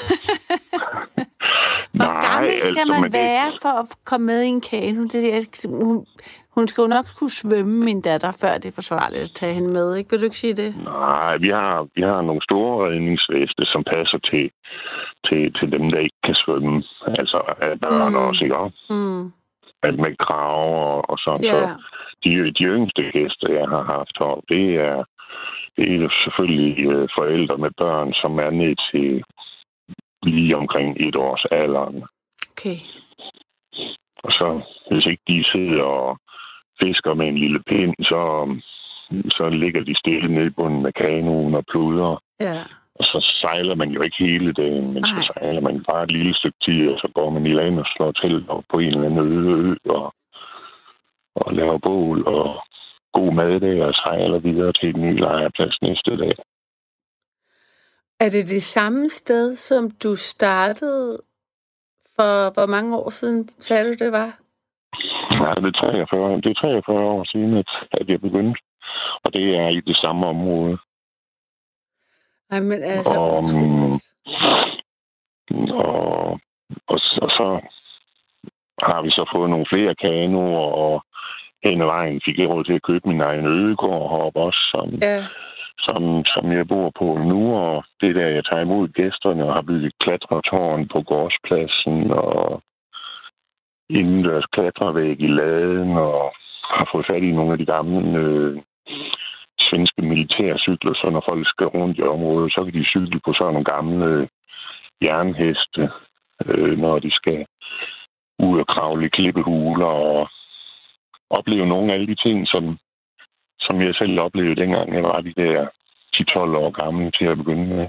Hvor gammel skal man være for at komme med i en kano? Hun skal jo nok kunne svømme, min datter, før det er forsvarligt at tage hende med. Ikke? Vil du ikke sige det? Nej, vi har nogle store redningsveste, som passer til dem, der ikke kan svømme. Altså, at børn også, ikke? At med krav og sådan. Yeah. Så de yngste gæster, jeg har haft heroppe, det er selvfølgelig forældre med børn, som er ned til lige omkring 1 års alderen. Okay. Og så, hvis ikke de sidder og fisker med en lille pind, så ligger de stille ned i bunden af kanoen og pluder. Ja. Og så sejler man jo ikke hele dagen, men så sejler man bare et lille stykke tid, og så går man i land og slår til på en eller anden øde og laver bål og god mad der, og sejler videre til en ny lejrplads næste dag. Er det det samme sted, som du startede for hvor mange år siden, sagde du det var? Nej, det er 43 år siden, at jeg begyndte. Og det er i det samme område. Ej, men altså... Og så har vi så fået nogle flere kanoer, og hen ad vejen fik jeg råd til at købe min egen ødegård heroppe også, som jeg bor på nu, og det er der, jeg tager imod gæsterne og har bygget klatretårn på gårdspladsen, og indendørs klatrevæg i laden, og har fået fat i nogle af de gamle svenske militærcykler, så når folk skal rundt i området, så kan de cykle på sådan nogle gamle jernheste, når de skal ud og kravle i klippehuler og opleve nogle af alle de ting, som jeg selv oplevede dengang, jeg var de der 10-12 år gamle til at begynde med.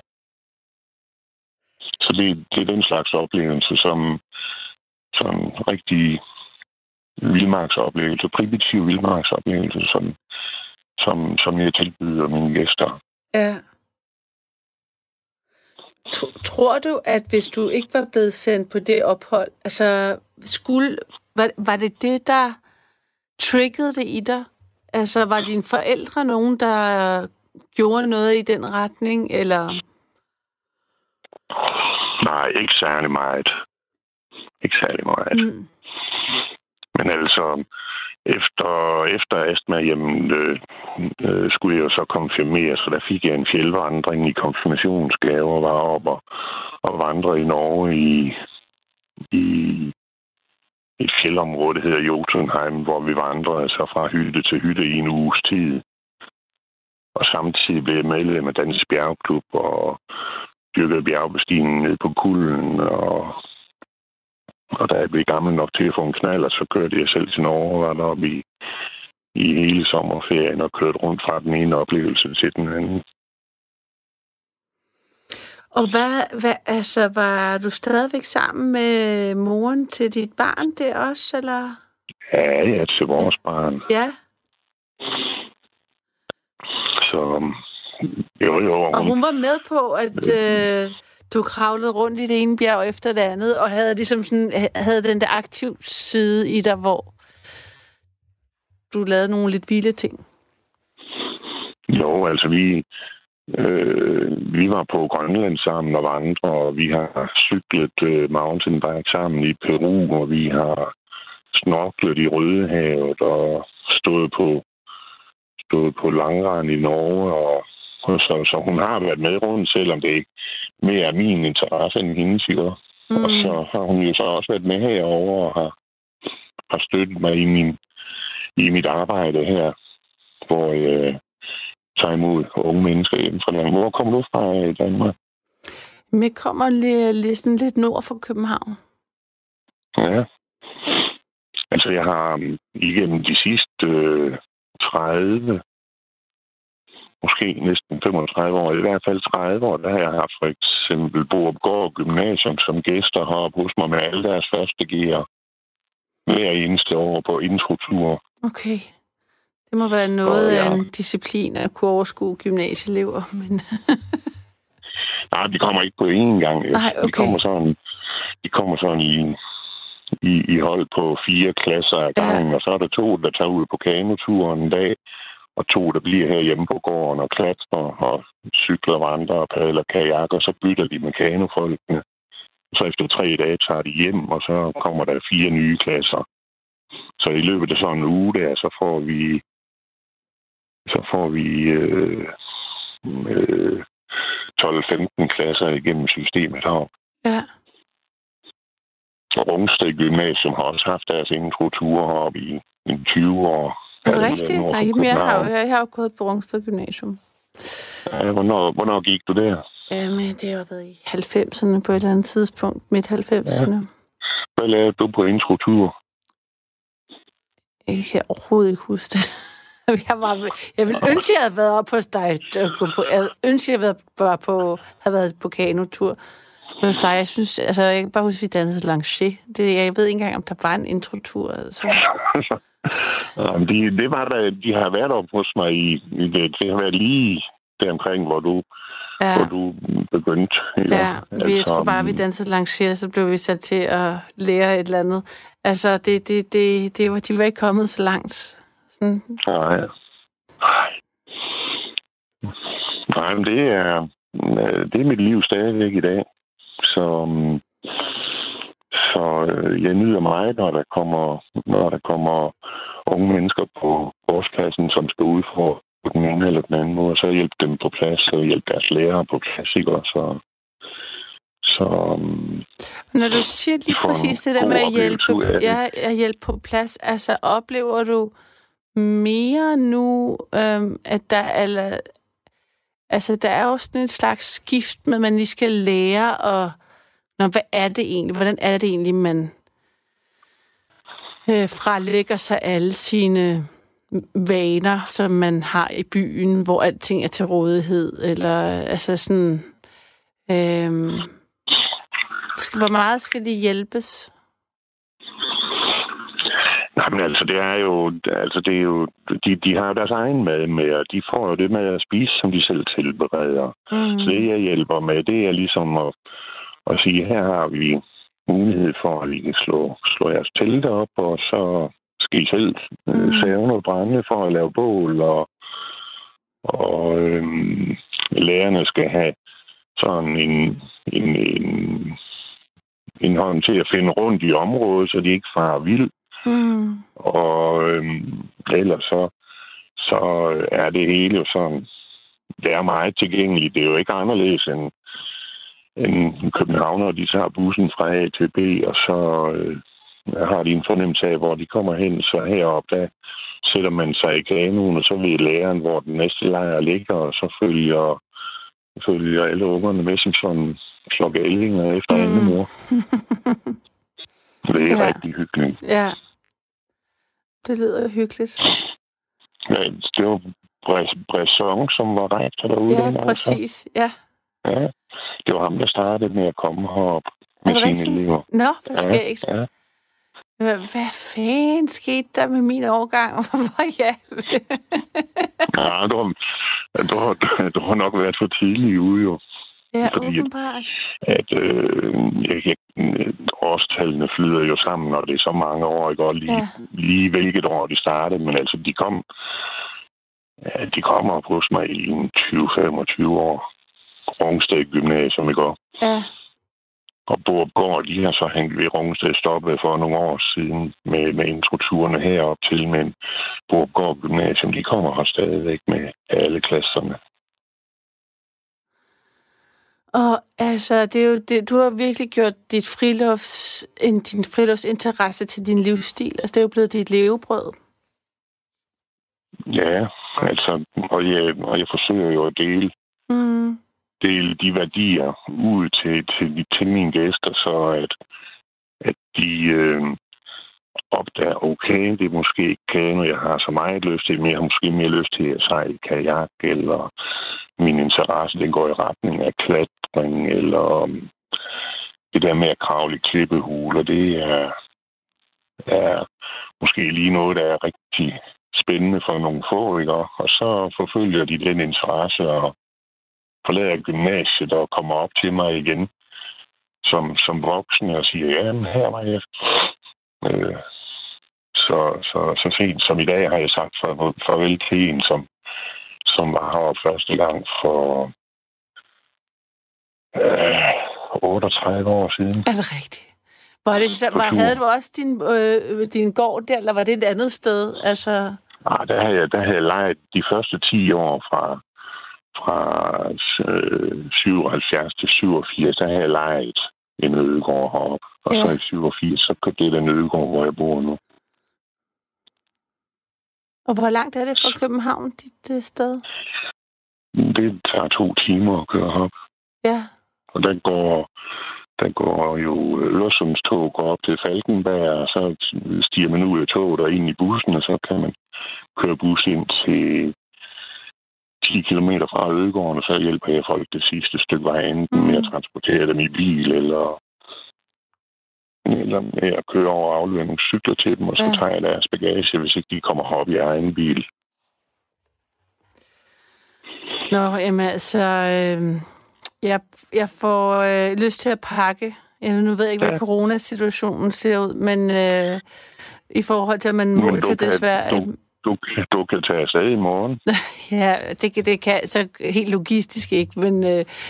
Så det er den slags oplevelse, som rigtig vildmarksoplevelse, primitiv vildmarksoplevelse, som jeg tilbyder mine gæster. Ja. Tror du, at hvis du ikke var blevet sendt på det ophold, altså var det, der triggede det i dig? Altså, var dine forældre nogen, der gjorde noget i den retning, eller? Nej, ikke særlig meget. Ikke særlig meget. Mm. Men altså, efter astma, skulle jeg jo så konfirmeres, så der fik jeg en fjeldvandring i konfirmationsgave og var oppe og vandre i Norge i et fjeldområde, der hedder Jotunheim, hvor vi vandrede så fra hytte til hytte i en uges tid. Og samtidig blev jeg medlem af Dansk Bjergklub og dyrkede bjergbestigningen ned på Kulden. Og da jeg blev gammel nok til at få en knald, så kørte jeg selv til Norge og var deroppe i hele sommerferien og kørte rundt fra den ene oplevelse til den anden. Og hvad var du stadigvæk sammen med moren til dit barn der også, eller? Ja, til vores barn. Ja. Så jo. Og hun var med på, at du kravlede rundt i det ene bjerg efter det andet, og havde ligesom havde den der aktiv side i dig, hvor du lavede nogle lidt vilde ting. Jo, altså vi var på Grønland sammen og vandre, og vi har cyklet mountainbike sammen i Peru, og vi har snorklet i Rødehavet og stået på langrand i Norge, og så hun har været med rundt, selvom det ikke mere er min interesse end hendes, ikke? Og så har hun jo så også været med herovre og har støttet mig i mit arbejde her, hvor jeg tager imod unge mennesker hjemme fra landet. Hvor kommer du fra i Danmark? Jeg kommer lidt nord for København. Ja. Altså, jeg har igennem de sidste 30, måske næsten 35 år, i hvert fald 30 år, der har jeg haft for eksempel Borupgård Gymnasium som gæster heroppe hos mig med alle deres første gear hver eneste år på introtur. Okay. Det må være noget af en disciplin at kunne overskue gymnasieelever, men... Nej, de kommer ikke på én gang. Nej, okay. De kommer sådan i hold på 4 klasser ad gangen, og så er der 2, der tager ud på kanoturen en dag, og 2, der bliver her hjemme på gården og klatrer og cykler, vandrer og padler kajak, og så bytter de med kanofolkene. Så efter 3 dage tager de hjem, og så kommer der 4 nye klasser. Så i løbet af sådan en uge der, så får vi 12-15 klasser igennem systemet heroppe. Ja. Og Rungsted Gymnasium har også haft deres introture heroppe i 20 år. Er det rigtigt? Nej, jeg har jo gået på Rungsted Gymnasium. Ja, hvornår gik du der? Men det har været i 90'erne på et eller andet tidspunkt. Midt 90'erne. Ja. Hvad lavede du på introtur? Jeg kan overhovedet ikke huske det. Jeg ville ønske, jeg havde været oppe hos dig. Jeg ønske, jeg havde været på kanotur hos dig. Jeg synes, altså, jeg kan bare huske, at vi dansede Langer. Jeg ved ikke engang, om der var en introtur. Altså. Det var der, de har været oppe hos mig det har været lige deromkring, hvor du begyndte. Jeg tror bare, vi dansede Langer, så blev vi sat til at lære et eller andet. Altså, de var ikke kommet så langt. Sådan. Nej, men det er mit liv stadigvæk i dag. Så jeg nyder meget, når der kommer unge mennesker på årspladsen, som skal udfordre på den ene eller den anden måde, og så hjælpe dem på plads, og hjælpe deres lærere på plads, ikke? Så når du siger lige præcis det der med at hjælpe på plads, altså oplever du mere nu, at der er... Altså, der er jo sådan en slags skift med, at man lige skal lære, og hvad er det egentlig? Hvordan er det egentlig, man fralægger sig alle sine vaner, som man har i byen, hvor alting er til rådighed, eller altså sådan... hvor meget skal de hjælpes? Nej, men altså, det er jo, de har jo deres egen mad med, og de får jo det med at spise, som de selv tilbereder. Så det, jeg hjælper med, det er ligesom at sige, her har vi mulighed for, at vi kan slå jeres telte op, og så skal I selv save noget brænde for at lave bål, og lærerne skal have sådan en hånd til at finde rundt i området, så de ikke farer vild. Og ellers så er det hele jo sådan, det er meget tilgængeligt. Det er jo ikke anderledes end københavner, de tager bussen fra A til B, og så har de en fornemmelse af, hvor de kommer hen. Så heroppe, der sætter man sig i kanuen, og så ved læreren, hvor den næste lejr ligger, og så følger alle ungerne med som sådan klokke 11 efter anden mor. Det er rigtig hyggeligt. Ja. Det lyder jo hyggeligt. Ja, det var Bresson, som var rektor derude. Ja, præcis. Ja. Ja, det var ham, der startede med at komme herop med sine elever. Nå, hvad skægt. Ja. Hvad fanden skete der med min årgang? Hvorfor Ja, du har nok været for tidlig ude, jo. Ja, fordi åbenbart. At årstallene flyder jo sammen, og det er så mange år, ikke? Og lige hvilket år de startede, men altså de kommer op hos mig i 20-25 år. Rungsted Gymnasium, ikke? Ja. Og Borupgård, de har så hængt ved Rungsted stoppet for nogle år siden med introturene herop til, men Borupgård Gymnasium, de kommer her stadigvæk med alle klasserne. Og altså, det er jo det, du har virkelig gjort din friluftsinteresse til din livsstil. Altså, det er jo blevet dit levebrød. Ja, altså, og jeg forsøger jo at dele de værdier ud til mine gæster, så at de opdager, okay, det er måske ikke kano, jeg har så meget lyst til, men jeg har måske mere lyst til at sejle kajak, eller min interesse, den går i retning af klatring, eller det der med at kravle i klippehuler, det er måske lige noget, der er rigtig spændende for nogle få, ikke? Og så forfølger de den interesse og forlader gymnasiet og kommer op til mig igen som voksne og siger, ja, men her var jeg. Så sent som i dag har jeg sagt farvel til en, som var heroppe første gang for 38 år siden. Er det rigtigt? Havde du også din gård der, eller var det et andet sted? Altså... Nej, der havde jeg lejet de første 10 år fra 77 til 87, der havde jeg lejet en ødegård heroppe. Og så i 87, så købte jeg den ødegård, hvor jeg bor nu. Og hvor langt er det fra København, dit sted? Det tager 2 timer at køre op. Ja. Og der går jo Øresundstog går op til Falkenberg, og så stiger man ud af toget og ind i bussen, og så kan man køre bus ind til 10 kilometer fra Ødegården, og så hjælper jeg folk det sidste stykke vej, enten med at transportere dem i bil, eller med at køre over og aflevere nogle cykler til dem, og så tager jeg deres bagage, hvis ikke de kommer op i egen bil. Nå, jamen altså, jeg får lyst til at pakke. Nu ved jeg ikke, hvad coronasituationen ser ud, men i forhold til, at man må til desværre... Du kan tage afsted i morgen. Ja, det kan så helt logistisk ikke, men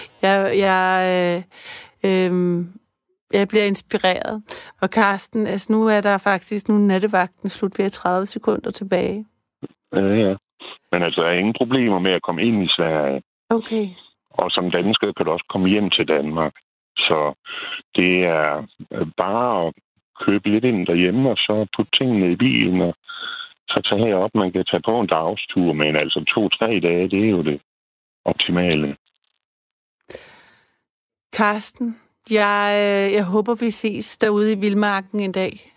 jeg bliver inspireret. Og Carsten, altså nu er der faktisk nattevagten slut ved 30 sekunder tilbage. Ja. Men altså, der er ingen problemer med at komme ind i Sverige. Okay. Og som dansker kan du også komme hjem til Danmark. Så det er bare at købe lidt ind derhjemme, og så putte tingene i bilen, og så tage herop. Man kan tage på en dagstur, men altså 2-3 dage, det er jo det optimale. Karsten, jeg håber, vi ses derude i Vildmarken en dag.